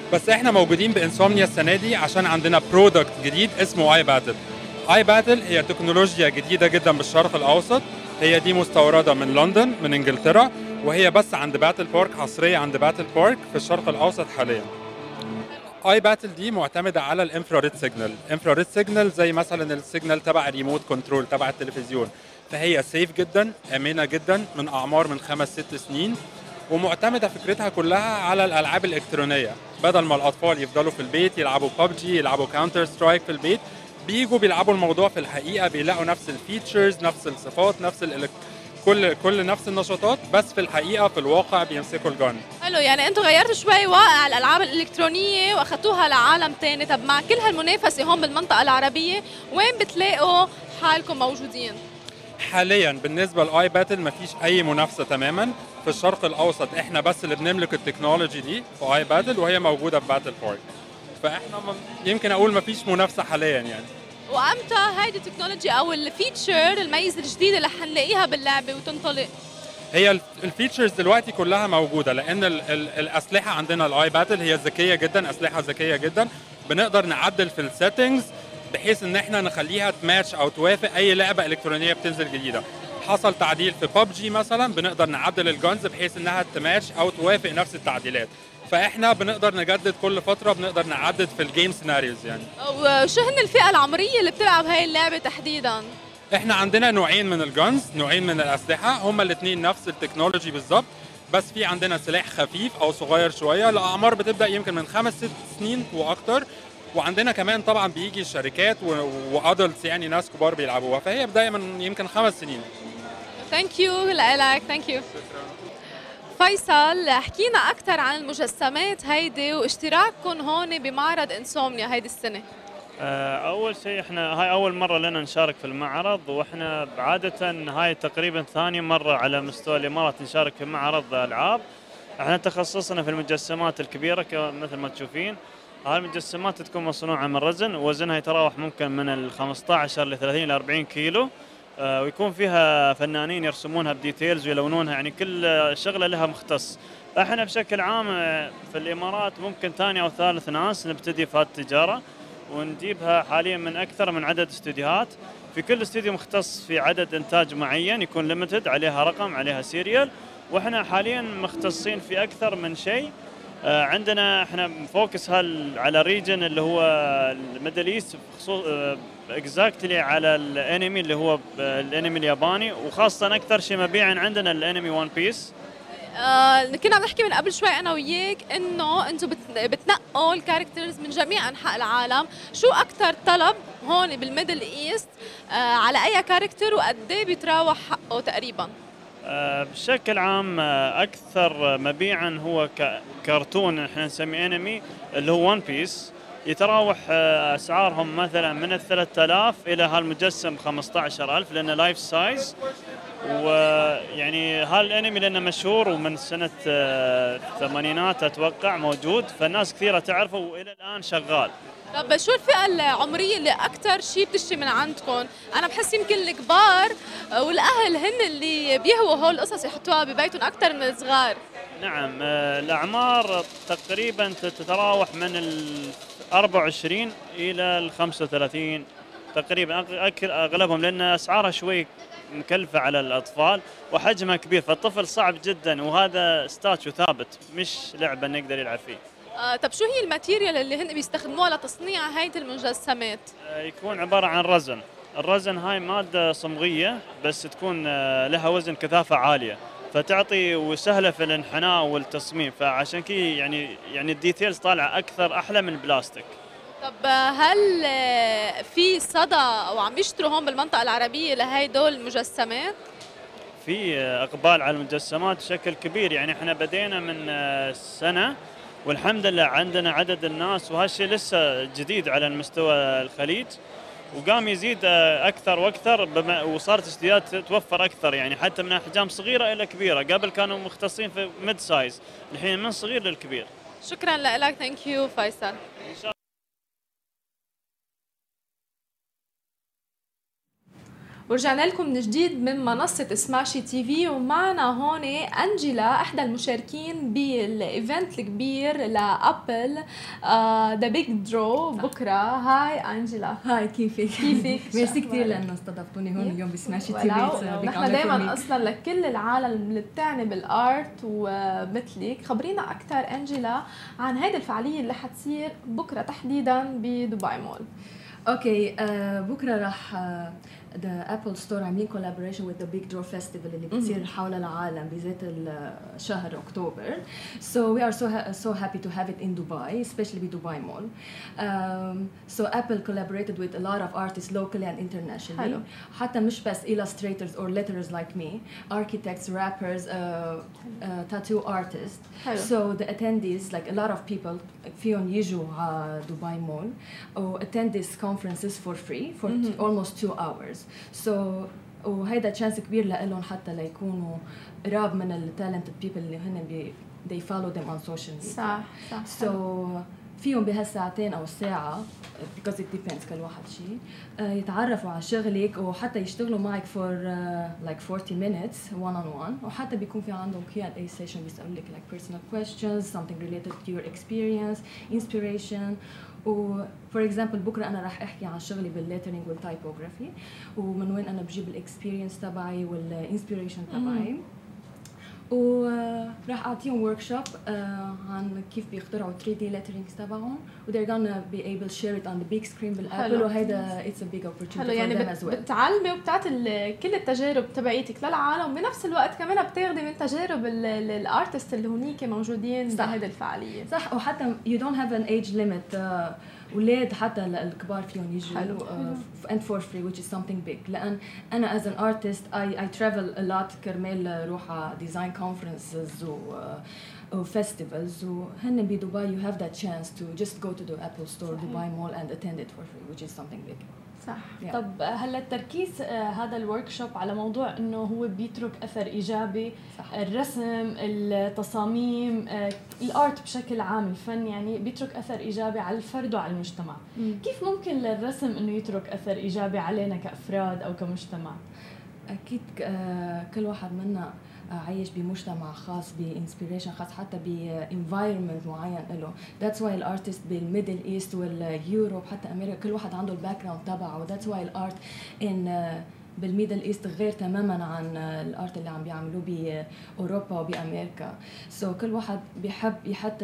بس احنا موجودين بانسومنيا السنه دي عشان عندنا برودكت جديد اسمه اي باتل. اي باتل هي تكنولوجيا جديده جدا بالشرق الاوسط، هي دي مستورده من لندن من انجلترا، وهي بس عند باتل بارك، حصريه عند باتل بارك في الشرق الاوسط حاليا. اي باتل دي معتمده على الانفراريد سيجنال. انفراريد سيجنال زي مثلا السيجنال تبع الريموت كنترول تبع التلفزيون، فهي سيف جدا، امنه جدا، من اعمار من خمس ست سنين، ومعتمده فكرتها كلها على الالعاب الالكترونيه. بدل ما الاطفال يفضلوا في البيت يلعبوا ببجي يلعبوا كاونتر سترايك في البيت، بيجوا بيلعبوا الموضوع في الحقيقه، بيلاقوا نفس الفيتشرز نفس الصفات نفس الالك... كل كل نفس النشاطات، بس في الحقيقه في الواقع بيمسكوا الجن. حلو، يعني انتم غيرتوا شوي واقع الالعاب الالكترونيه واخذتوها لعالم ثاني. طب مع كل هالمنافسه هون بالمنطقه العربيه وين بتلاقوا حالكم موجودين؟ حاليا بالنسبه لاي باتل مفيش اي منافسه تماما في الشرق الاوسط، احنا بس اللي بنملك التكنولوجي دي في اي باتل، وهي موجوده في باتل بارك، فاحنا يمكن اقول مفيش منافسه حاليا يعني. وامتى هيدي التكنولوجي او الفيتشر الميزه الجديده اللي حنلاقيها باللعبه وتنطلق؟ هي الفيتشرز دلوقتي كلها موجوده، لان ال ال الاسلحه عندنا الاي باتل هي ذكيه جدا، اسلحه ذكيه جدا، بنقدر نعدل في السيتنجز بحيث ان احنا نخليها تماتش او توافق اي لعبه الكترونيه بتنزل جديده. حصل تعديل في ببجي مثلا، بنقدر نعدل الجونز بحيث انها تماتش او توافق نفس التعديلات، فاحنا بنقدر نجدد كل فتره، بنقدر نعدد في الجيم سيناريوز يعني. وشو هن الفئه العمريه اللي بتلعب هاي اللعبه تحديدا؟ احنا عندنا نوعين من الجونز، نوعين من الاسلحه، هما الاثنين نفس التكنولوجي بالظبط، بس في عندنا سلاح خفيف او صغير شويه لاعمار بتبدا يمكن من خمس ست سنين واكتر، وعندنا كمان طبعا بيجي الشركات وادلتس يعني ناس كبار بيلعبوها، فهي بدايه من يمكن خمس سنين. ثانك يو لك، ثانك يو. فيصل، حكينا اكثر عن المجسمات هيدي واشتراككم هون بمعرض انسومنيا هيدي السنه. أول شيء إحنا هاي أول مرة لنا نشارك في المعرض، وإحنا عادة هاي تقريبا ثاني مرة على مستوى الإمارات نشارك في معرض ألعاب. إحنا تخصصنا في المجسمات الكبيرة مثل ما تشوفين. هاي المجسمات تكون مصنوعة من رزن، وزنها يتراوح ممكن من ال خمسة عشر ل ثلاثين إلى أربعين كيلو، ويكون فيها فنانين يرسمونها بديتيلز ويلونونها، يعني كل شغلة لها مختص. احنا بشكل عام في الإمارات ممكن ثاني أو ثالث ناس نبتدي في هالتجارة، ونجيبها حاليا من أكثر من عدد استوديوهات. في كل استوديو مختص في عدد إنتاج معين يكون ليمتد، عليها رقم عليها سيريال، وإحنا حاليا مختصين في أكثر من شيء. عندنا إحنا فوكس هال على ريجن اللي هو الميدل ايست، بخصوص اكزاكتلي على الانمي اللي هو الانمي الياباني، وخاصة أكثر شيء مبيعا عندنا الانمي ون بيس. آه، كنا عم نحكي من قبل شوي انا وياك انه انتم بتنقوا الكاركترز من جميع انحاء العالم، شو اكثر طلب هون بالميدل ايست آه على اي كاركتر وقد ايه بيتراوح حقه تقريبا؟ آه بشكل عام آه اكثر مبيعا هو كرتون احنا نسميه انمي اللي هو ون بيس، يتراوح آه اسعارهم مثلا من ال ثلاثة آلاف الى هالمجسم خمسة عشر ألف لانه لايف سايز. ويعني هالانمي لانه مشهور ومن سنه الثمانينات اتوقع موجود، فالناس كثيره تعرفه والى الان شغال. طب شو الفئه العمريه اللي اكثر شيء بتشتري من عندكم؟ انا بحس يمكن الكبار والاهل هن اللي بيهووا هول القصص يحطوها ببيتهم اكثر من الصغار. نعم، الاعمار تقريبا تتراوح من ال أربعة وعشرين الى ال خمسة وثلاثين تقريبا اغلبهم، لان اسعارها شوي مكلفة على الأطفال وحجمها كبير، فالطفل صعب جدا، وهذا ستاتشو ثابت مش لعبة نقدر يلعب فيه. آه طب شو هي الماتيريال اللي هن بيستخدموها لتصنيع هاي المجسمات؟ آه يكون عبارة عن رزن. الرزن هاي مادة صمغية بس تكون آه لها وزن كثافة عالية، فتعطي وسهلة في الانحناء والتصميم، فعشان كي يعني يعني الديتيلز طالعة أكثر أحلى من البلاستيك. طب هل في صدى او عم يشتروا هون بالمنطقه العربيه لهي دول المجسمات؟ في اقبال على المجسمات بشكل كبير، يعني احنا بدينا من سنه والحمد لله عندنا عدد الناس، وهالشيء لسه جديد على المستوى الخليج، وقام يزيد اكثر واكثر وصارت استديوهات تتوفر اكثر، يعني حتى من احجام صغيره الى كبيره. قبل كانوا مختصين في ميد سايز، الحين من صغير للكبير. شكرا لك، ثانك يو فيصل. إن شاء ورجعنا لكم من جديد من منصة سماشي تي في، ومعنا هون أنجيلا إحدى المشاركين بالايفنت الكبير لأبل ذا بيج درو بكرة. هاي أنجيلا. هاي كيفك؟ كيفك؟ ميرسي كثير لأنه استضفتوني هون اليوم بسماشي تي في. نحن دائما أصلا لكل العالم اللي بتعني بالآرت ومثلك. خبرينا أكثر أنجيلا عن هيدي الفعالية اللي حتصير بكرة تحديدا بدبي مول. اوكي okay, uh, بكره راح uh, the Apple Store عاملين collaboration with the Big Draw Festival اللي بتصير حول العالم بذات الشهر أكتوبر. So we are so ha- so happy to have it in Dubai, especially with Dubai Mall. Um, so Apple collaborated with a lot of artists locally and internationally. حلو. حتى مش بس illustrators or letterers like me, architects, rappers, uh, uh, tattoo artists. حلو. So the attendees, like a lot of people, فيهم يجوا على Dubai Mall or attend these conferences for free for mm-hmm. almost two hours. So وهيدا تشانس كبير لهم حتى ليكونوا قراب من التالنتد بيبل اللي هن بي they follow them on social media. صح صح. So فيهم بهالساعتين او الساعه because it depends كل واحد شيء يتعرفوا على شغلك وحتى يشتغلوا معك for uh, like forty minutes one on one. وحتى بيكون في عندهم Q and A session بيسألوا لك like personal questions, something related to your experience, inspiration. و for example بكره انا راح احكي عن شغلي بالليترينج والتايبوغرافي ومن وين انا بجيب الاكسبيرينس تبعي والانسبيريشن تبعي. وراح اعطيهم ورك شوب عن كيف بيخترعوا three D letterings تبعهم و they're gonna be able to share it on the big screen بالابل. وهيدا it's a big opportunity حلو. يعني for them as well. بتعلمي وبتعطي كل التجارب تبعيتك للعالم وبنفس الوقت كمان بتاخدي من تجارب الارتست اللي هونيك موجودين بهيدي الفعاليه. صح. وحتى you don't have an age limit. ولاد حتى الكبار فيهم يجوا uh, and for free which is something big. لأن أنا as an artist I I travel a lot كرمال روح على design conferences و uh, festivals وهن بدبي you have that chance to just go to the Apple Store Dubai Mall and attend it for free which is something big. صح. yeah. طب هلا التركيز آه هذا الورك شوب على موضوع انه هو بيترك اثر ايجابي. صح. الرسم، التصاميم، آه الارت بشكل عام، الفن يعني بيترك اثر ايجابي على الفرد وعلى المجتمع. مم. كيف ممكن للرسم انه يترك اثر ايجابي علينا كافراد او كمجتمع؟ اكيد آه كل واحد منا عايش بمجتمع خاص بانسبيريشن خاص حتى بانفايرمنت معين له. ذاتس واي الارتست بالميدل ايست واليوروب حتى امريكا كل واحد عنده الباك جراوند تبعه. وذاتس واي الارت ان بالميدل ايست غير تماما عن الارت اللي عم بيعملوه باوروبا وبامريكا. سو so كل واحد بيحب يحط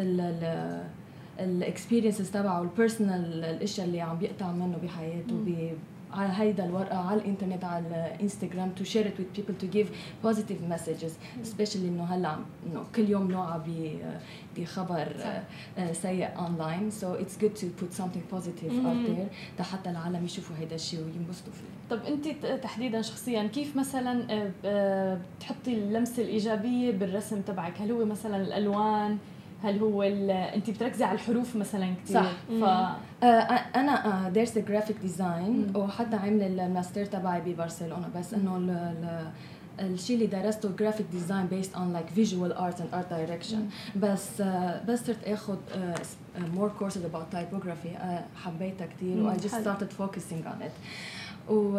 الاكسبيرينسز تبعه البيرسونال الاشياء اللي عم بيقطع منه بحياته بي على هيدا الورقة على الانترنت على الانستغرام to share it with people to give positive messages especially انه هلا انه كل يوم نوعا بخبر سيء اونلاين. so it's good to put something positive out there حتى العالم يشوفوا هيدا الشيء وينبسطوا فيه. طب انت تحديدا شخصيا كيف مثلا بتحطي اللمسة الإيجابية بالرسم تبعك؟ هل هو مثلا الألوان؟ هل هو انت بتركزي على الحروف مثلا كثير؟ صح. ف آه انا دارسه جرافيك ديزاين وحتى عامله الماستر تبعي ببرشلونه بس انه الشيء اللي درسته جرافيك ديزاين بيست اون لايك فيجوال ارت اند ارت دايركشن. بس uh, بس صرت اخذ مور كورسز اباوت تايبوغرافي حبيتها كثير و I just started focusing on it. و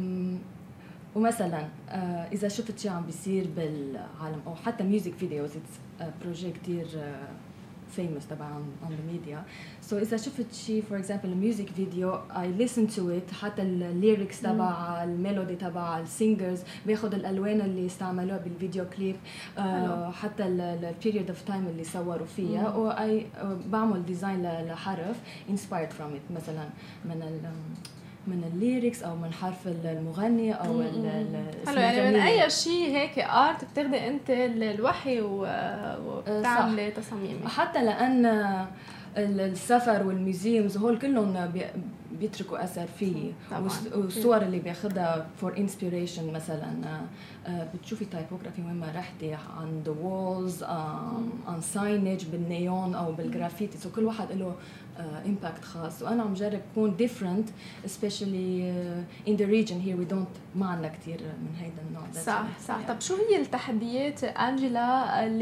ومثلا uh, اذا شفت شيء عم بيصير بالعالم او حتى ميوزك فيديوز اتس بروجيكت كثير famous طبعا on the media. so إذا شفت شيء for example a music video I listen to it حتى الليركس تبع الميلودي تبع السينجرز باخد الألوان اللي استعملوها بالفيديو كليب uh, حتى ال period of time اللي صوروا فيها و I uh, بعمل ديزاين لحرف inspired from it مثلا من ال من الليركس او من حرف المغني او حلو. يعني من اي شيء هيك ارت بتاخدي انت الوحي وبتعملي تصاميم. حتى لان السفر والميوزيومز هول كلهم بيتركوا اثر فيه والصور اللي بياخدها فور انسبيريشن. مثلا بتشوفي تايبوغرافي وين ما رحتي عن ذا وولز عن ساينج بالنيون او بالجرافيتي. سو كل واحد له impact خاص وانا عم جرب كون different especially uh, in the region here we don't ما عندنا كثير من هيدا النوع. صح صح. طب شو هي التحديات أنجيلا اللي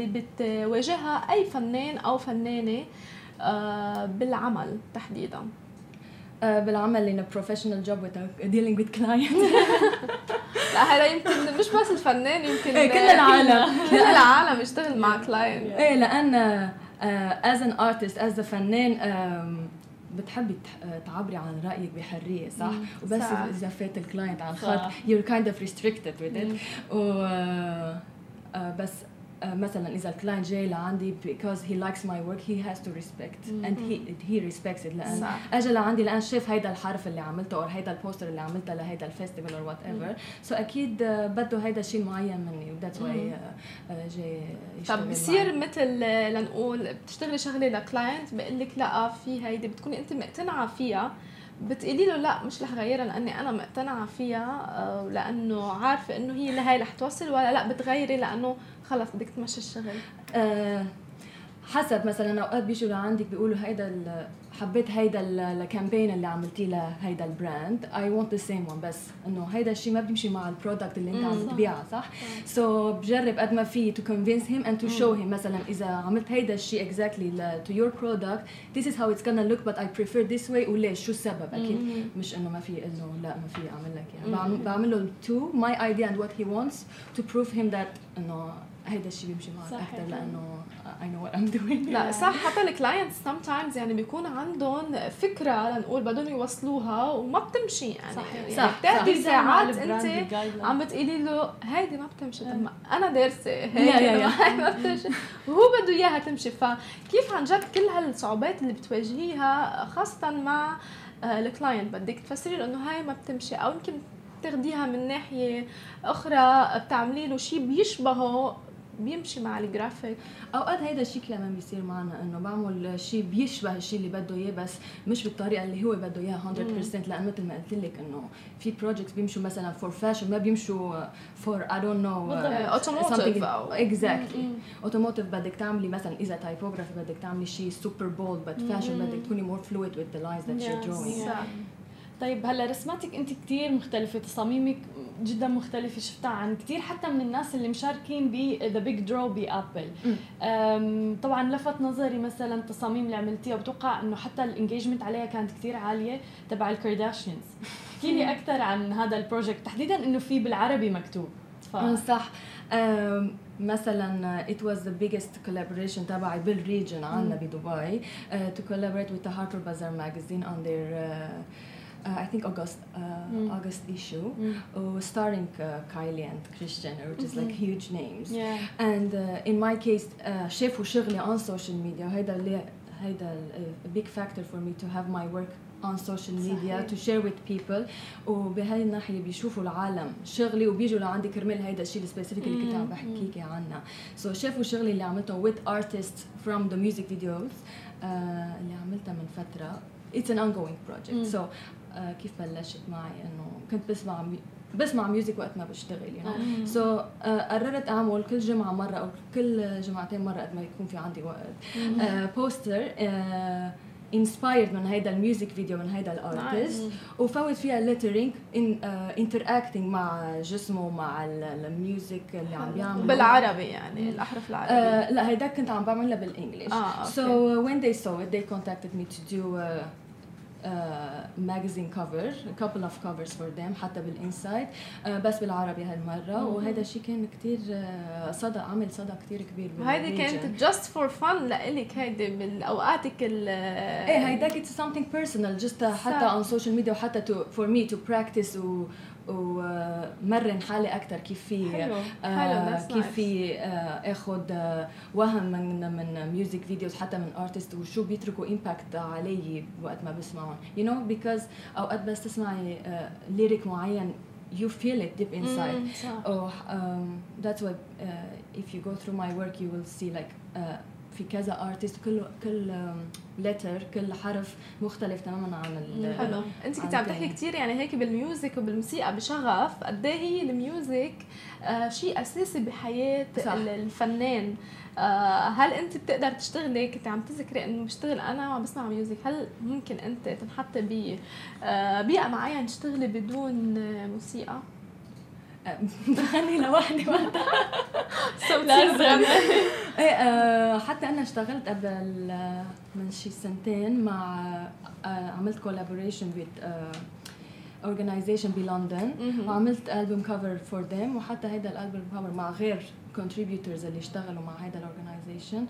بتواجهها اي فنان او فنانه uh, بالعمل تحديدا؟ آه، بالعمل in a professional job with dealing with client. لا هذا يمكن مش بس الفنان، يمكن إيه، كل العالم. كل العالم يشتغل مع كلاينت. ايه لان آه، as an artist as a فنان آم، بتحبي تح- تعبري عن رايك بحريه صح؟ وبس صح. اذا فات الكلاينت عن صح. خط you're kind of restricted with it. و آه، آه، بس آه، مثلا اذا الكلاينت جاي لعندي because he likes my work he has to respect and he he respects it لان صح. اجى لعندي لان شاف هيدا الحرف اللي عملته او هيدا البوستر اللي عملته لهيدا الفيستيفال اور وات ايفر سو اكيد آه، بده هيدا الشيء معين مني وذاتس واي جاي يشتغل طب بصير معي. مثل آه، لنقول بتشتغلي شغله لكلاينت بقول لك لا في هيدي بتكوني انت مقتنعه فيها، بتقولي له لا مش رح غيرها لاني انا مقتنعه فيها آه، لانه عارفه انه هي لهي رح توصل، ولا لا بتغيري لانه خلص بدك تمشي الشغل؟ آه، حسب مثلا اوقات بيجوا لعندك بيقولوا هيدا ال- حبيت هيدا الكامبين اللي عملتيه لهيدا البراند اي ونت ذا سيم وان بس انه هيدا الشيء ما بيمشي مع البرودكت اللي انت عم تبيعه صح سو so, بجرب قد ما في to convince him and to show him مثلا اذا عملت هيدا الشيء exactly to your product this is how it's gonna look but I prefer this way وليش شو السبب اكيد مش انه ما في انه لا ما في اعمل لك يعني بعمل, بعمل له to my idea and what he wants to prove him that انه هيدا الشيء بيمشي معك اكثر لانه I know what I'm doing. لا صح، حتى الكلاينتس sometimes يعني بيكون عندهم فكره لنقول بدهم يوصلوها وما بتمشي يعني صح يعني صح بتعطي ساعات صح. انت عم بتقولي له هيدي ما بتمشي، طب ما انا دارسه يا- هيدي يا- يا. ما بتمشي وهو بده اياها تمشي. فكيف عن جد كل هالصعوبات اللي بتواجهيها خاصه مع آه، الكلاينت بدك تفسري له انه هاي ما بتمشي، او يمكن تاخديها من ناحيه اخرى بتعملي له شيء بيشبهه بيمشي مع الجرافيك. اوقات هيدا الشيء كمان بيصير معنا انه بعمل شيء بيشبه الشيء اللي بده اياه بس مش بالطريقه اللي هو بده اياها مية بالمية لان مثل ما قلت لك انه في بروجكتس بيمشوا مثلا فور فاشن ما بيمشوا فور I don't know اوتوموتيف او اكزاكتلي اوتوموتيف بدك تعملي مثلا اذا تايبوغرافي بدك تعملي شيء سوبر بولد but فاشن بدك تكوني مور فلويد with the lines that you're drawing. طيب هلا رسماتك انت كتير مختلفه، تصاميمك جدا مختلفه، شفتها عن كتير حتى من الناس اللي مشاركين ب ذا بيج درو بابل. طبعا لفت نظري مثلا التصاميم اللي عملتيها، وبتوقع انه حتى الانجيجمنت عليها كانت كتير عاليه تبع الكارداشيانز. احكي لي اكثر عن هذا البروجكت تحديدا، انه في بالعربي مكتوب. ف... صح. مثلا it was the biggest collaboration تبعي بالريجن عنا بدبي uh, to collaborate with the Harper Bazaar magazine on their uh, Uh, I think August uh, mm. August issue, mm. uh, starring uh, Kylie and Kris Jenner, which mm-hmm. is like huge names. Yeah. And uh, in my case, uh, شافوا شغلي on social media. هيدا اللي هيدا a big factor for me to have my work on social media صحيح. to share with people. وبهاي الناحية بيشوفوا العالم شغلي وبيجوا لعندي كرمال هيدا الشيء السبيسيفيك اللي كنت عم بحكيكي عنه. So شافوا شغلي اللي عملته with artists from the music videos uh, اللي عملتها من فترة. It's an ongoing project. Mm. So Uh, كيف بلشت معي انه كنت بسمع مي... بسمع ميوزك وقت ما بشتغل you know. mm. so uh, قررت اعمل كل جمعه مره او كل جمعتين مره قد ما يكون في عندي وقت بوستر mm. uh, inspired من هيدا الميوزك فيديو من هيدا الارتست nice. وفوت فيها ليترينج ان انتراكتنج uh, مع جسمه مع الميوزك اللي عم بيعمله بالعربي يعني الاحرف العربيه. uh, لا هيداك كنت عم بعملها بالانجلش. ah, okay. so uh, when they saw it they contacted me to do uh, Uh, magazine cover, a couple of covers for them حتى بالإنسايد uh, بس بالعربي هالمرة. وهذا الشيء كان كتير uh, صدى عمل صدى كتير كبير. وهيدي كانت just for fun لإلك هيدي من أوقاتك ال إيه هيداك it's something personal just حتى on social media وحتى to for me to practice و ومرن حالي اكثر كيف في حلو. آه حلو. كيف في آه اخذ آه وهم من من ميوزك فيديوز حتى من ارتست وشو بيتركوا امباكت علي وقت ما بسمعهم you know because اوقات بس تسمعي آه ليريك معين you feel it deep inside. mm, oh um, that's why uh, if you go through my work you will see like uh, في كذا ارتست كل كل لتر كل حرف مختلف تماما عن ال حلو. انت كنت عم تحكي كثير يعني هيك بالميوزك وبالموسيقى بشغف قد ايه هي الميوزك آه شيء اساسي بحياه صح. الفنان. آه هل انت بتقدر تشتغلي؟ كنت عم تذكري انه بشتغل انا وعم بسمع ميوزك، هل ممكن انت تنحطي ب آه بيئه معينه تشتغلي بدون آه موسيقى؟ بغني لوحدي وقتها لازم ايه آه، حتى انا اشتغلت قبل آه، من شي سنتين مع آه، عملت كولابوريشن with اورجنايزيشن بلندن وعملت البوم كفر فور ذيم، وحتى هيدا الالبوم كفر مع غير contributors اللي اشتغلوا مع هيدا الاورجنايزيشن.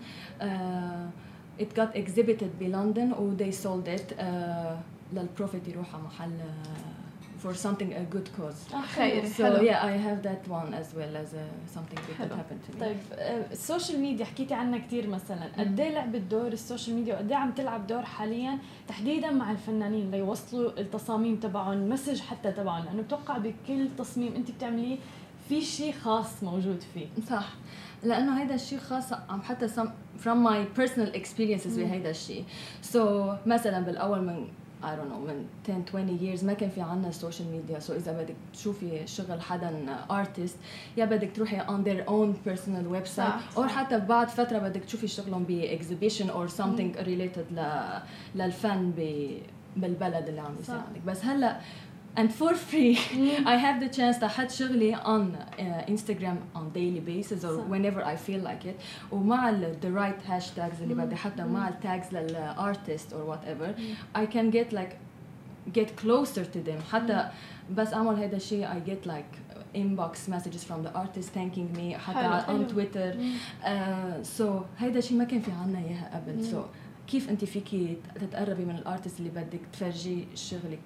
uh, it got exhibited بلندن و they sold it uh, للبروفيت يروح على محل uh, for something a good cause. خير. So حلو. yeah, I have that one as well as a, something good that happened to me. طيب السوشيال ميديا حكيتي عنها كثير مثلا، قد ايه لعبت دور السوشيال ميديا وقد ايه عم تلعب دور حاليا تحديدا مع الفنانين ليوصلوا التصاميم تبعهم، المسج حتى تبعهم، لانه بتوقع بكل تصميم انت بتعمليه في شيء خاص موجود فيه. صح، لانه هيدا الشيء خاص عم حتى some from my personal experiences بهيدا الشيء. So مثلا بالاول من I don't know من ten twenty years ما كان في عنا السوشيال ميديا. سو so إذا بدك تشوفي شغل حدا artist يا بدك تروحي on their own personal website أو حتى بعد فترة بدك تشوفي شغلهم ب exhibition or something related ل للفن ب بالبلد اللي عم يصير عندك. بس هلا and for free I have the chance to حط شغلي on uh, Instagram on daily basis or whenever I feel like it, ومع ال the right hashtags اللي بدي حتى مع ال tags لل artist or whatever I can get like get closer to them. حتى بس أعمل هذا الشيء I get like inbox messages from the artist thanking me حتى on Twitter. uh, so هذا الشيء ما كان في عنا إياها قبل. so كيف انت فيكي تتقربي من الارتست اللي بدك تفرجي شغلك؟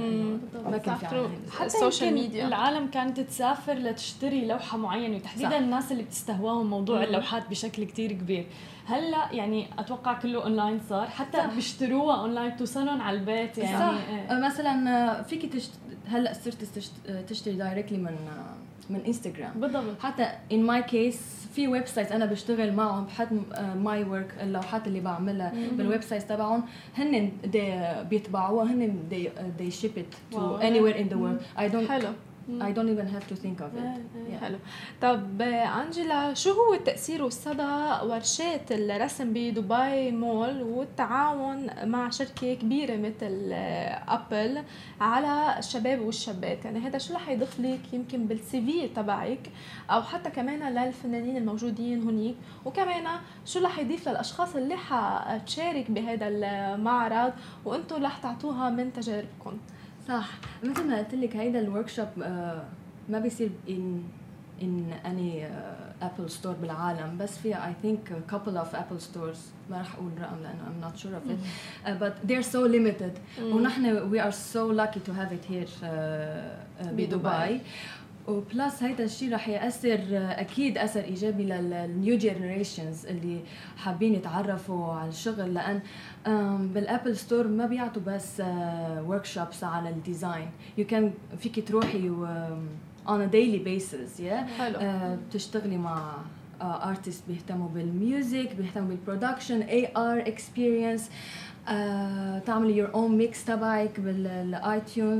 ما كان في عنا حتى السوشيال ميديا العالم كانت تسافر لتشتري لوحه معينه، وتحديدا الناس اللي بتستهواهم موضوع اللوحات بشكل كتير كبير. هلا يعني اتوقع كله اونلاين صار، حتى صح. بيشتروها اونلاين توصلهم على البيت يعني. صح. اه. مثلا فيكي تشت... هلا صرت تشتري دايركتلي من من انستغرام بالضبط. حتى in my case في ويب سايت انا بشتغل معهم بحط ماي ورك اللوحات اللي بعملها بالويب سايت تبعهم هن بيتبعوها هن they, they ship it to wow. anywhere in the world. I don't حلو. I don't even have to think of it. yeah. حلو. طب أنجيلا شو هو التأثير والصدى ورشات الرسم بدبي مول والتعاون مع شركة كبيرة مثل أبل على الشباب والشابات؟ يعني هذا شو رح يضيف لك يمكن بالسي في تبعك أو حتى كمان للفنانين الموجودين هنيك، وكمان شو رح يضيف للأشخاص اللي حتشارك بهذا المعرض وأنتم رح تعطوها من تجاربكم؟ صح، مثل ما قلت لك هيدا الوركشوب ما بيصير in in any uh, Apple store بالعالم، بس في I think a couple of Apple stores ما راح اقول رقم لانه I'm not sure of it uh, but they're so limited. ونحن we are so lucky to have it here uh, uh, بدبي. وبلس هيدا الشيء رح يأثر أكيد أثر إيجابي للنيو جينيريشنز اللي حابين يتعرفوا على الشغل، لأن بالأبل ستور ما بيعطوا بس workshops على الديزاين. you can فيك تروحي on a daily basis yeah حلو. بتشتغلي مع artists بيهتموا بالميوزك بيهتموا بالبرودكشن اي ار experience تعملي your own mix تبعك بالايتونز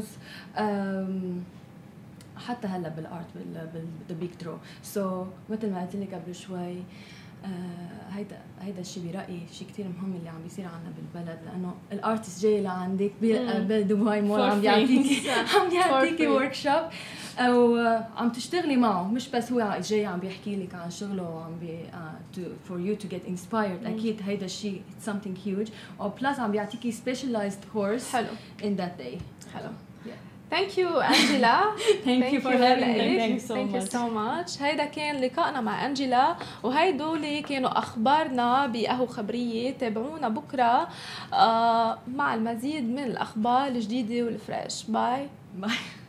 حتى هلا بالارت بال بيج درو. سو مثل ما قلت لك قبل شوي آه هيدا هيدا الشيء برايي شيء كثير مهم اللي عم بيصير عنا بالبلد، لانه الارتست جاي لعندك بدبي مول عم بيعطيكي عم بيعطيكي ورك شوب او عم تشتغلي معه، مش بس هو جاي عم بيحكي لك عن شغله وعم بي uh, to, for you to get inspired. mm. اكيد هيدا الشيء it's something huge. او بلس عم بيعطيكي specialized course حلو in that day. حلو. Thank you Angela. Thank, Thank you for having me. Thank you so Thank much. you so much. هيدا كان لقائنا مع أنجيلا، وهيدول كانوا أخبارنا بقهوة خبرية. تابعونا بكرة آه مع المزيد من الأخبار الجديدة والفريش. باي باي.